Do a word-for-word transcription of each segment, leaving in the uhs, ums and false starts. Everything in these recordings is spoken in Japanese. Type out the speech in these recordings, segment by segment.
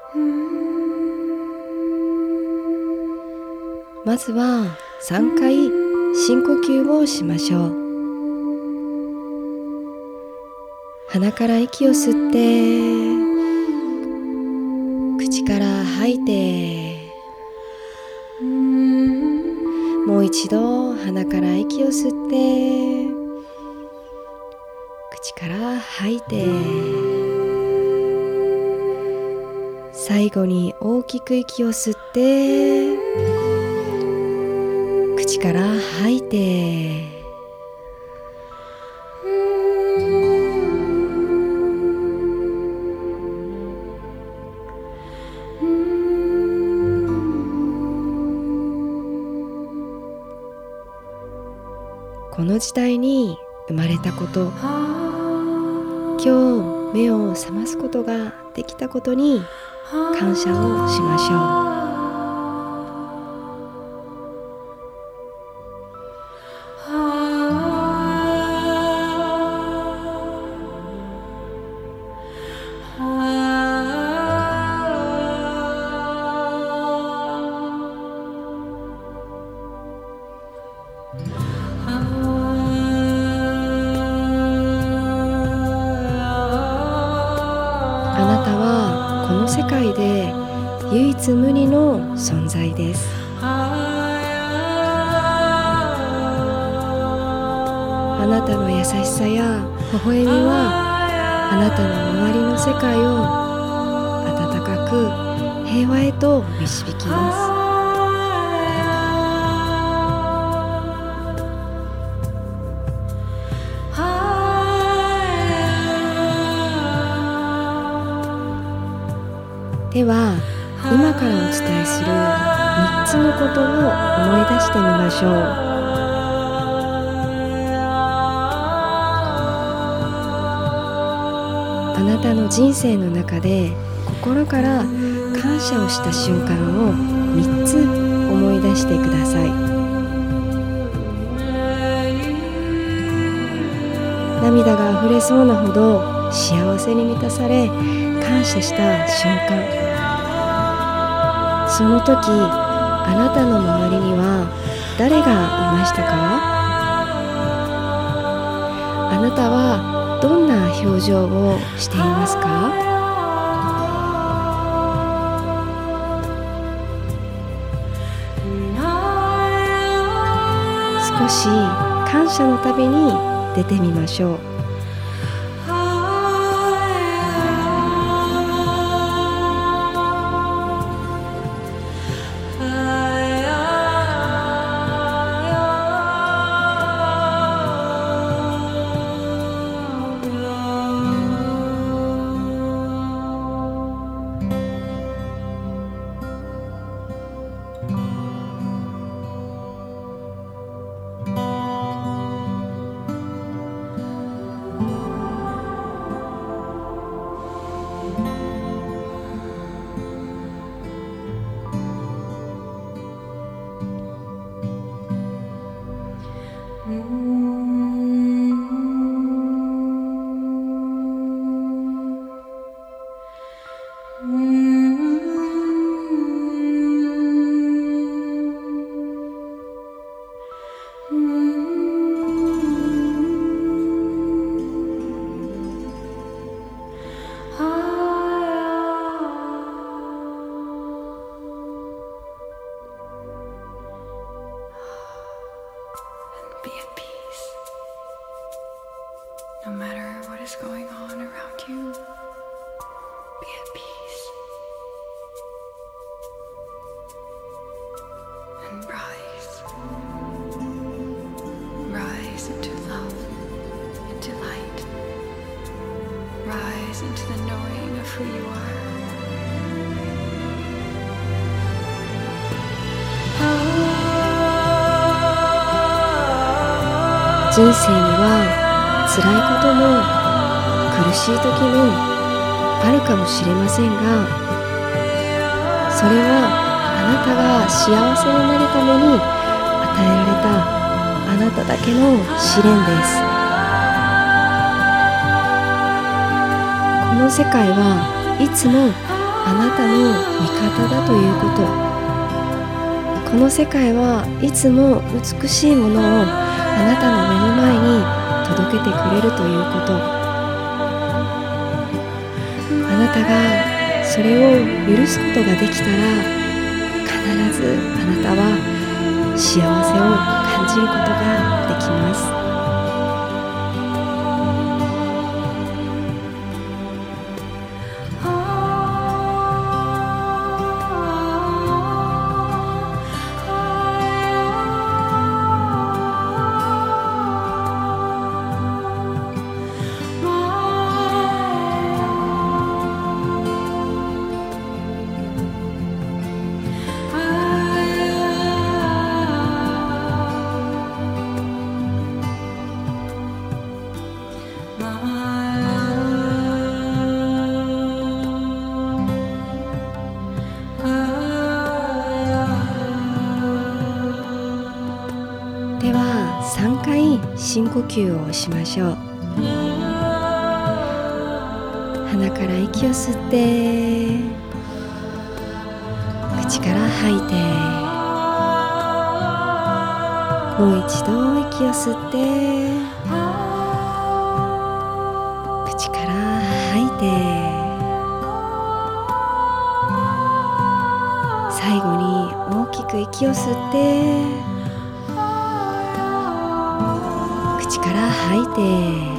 まずはさんかい深呼吸をしましょう。鼻から息を吸って口から吐いて、もう一度鼻から息を吸って口から吐いて、最後に大きく息を吸って口から吐いて、この時代に生まれたこと、今日目を覚ますことができたことに感謝をしましょう。この世界で唯一無二の存在です。あなたの優しさや微笑みはあなたの周りの世界を温かく平和へと導きます。では今からお伝えするみっつのことを思い出してみましょう。あなたの人生の中で心から感謝をした瞬間をみっつ思い出してください。涙があふれそうなほど幸せに満たされ感謝した瞬間、その時あなたの周りには誰がいましたか？あなたはどんな表情をしていますか？少し感謝の旅に出てみましょう。 Be at peace. No matter what is going on around you, be at peace. And rise. Rise into love, into light. Rise into the knowing of who you are. 人生には辛いことも苦しい時もあるかもしれませんが、それはあなたが幸せになるために与えられたあなただけの試練です。この世界はいつもあなたの味方だということ。この世界はいつも美しいものをあなたの目の前に届けてくれるということ。あなたがそれを許すことができたら、必ずあなたは幸せを感じることができます。ではさんかい深呼吸をしましょう。鼻から息を吸って、口から吐いて、もう一度息を吸って、口から吐いて、最後に大きく息を吸って、口から吐いて、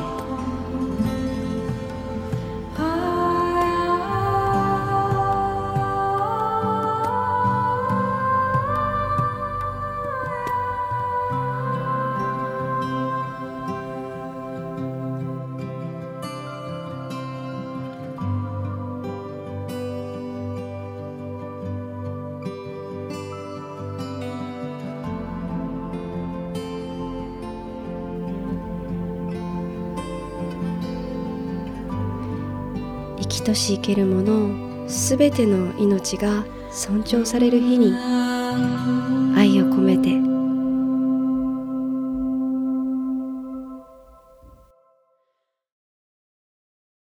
生きとし生けるものすべての命が尊重される日に愛を込めて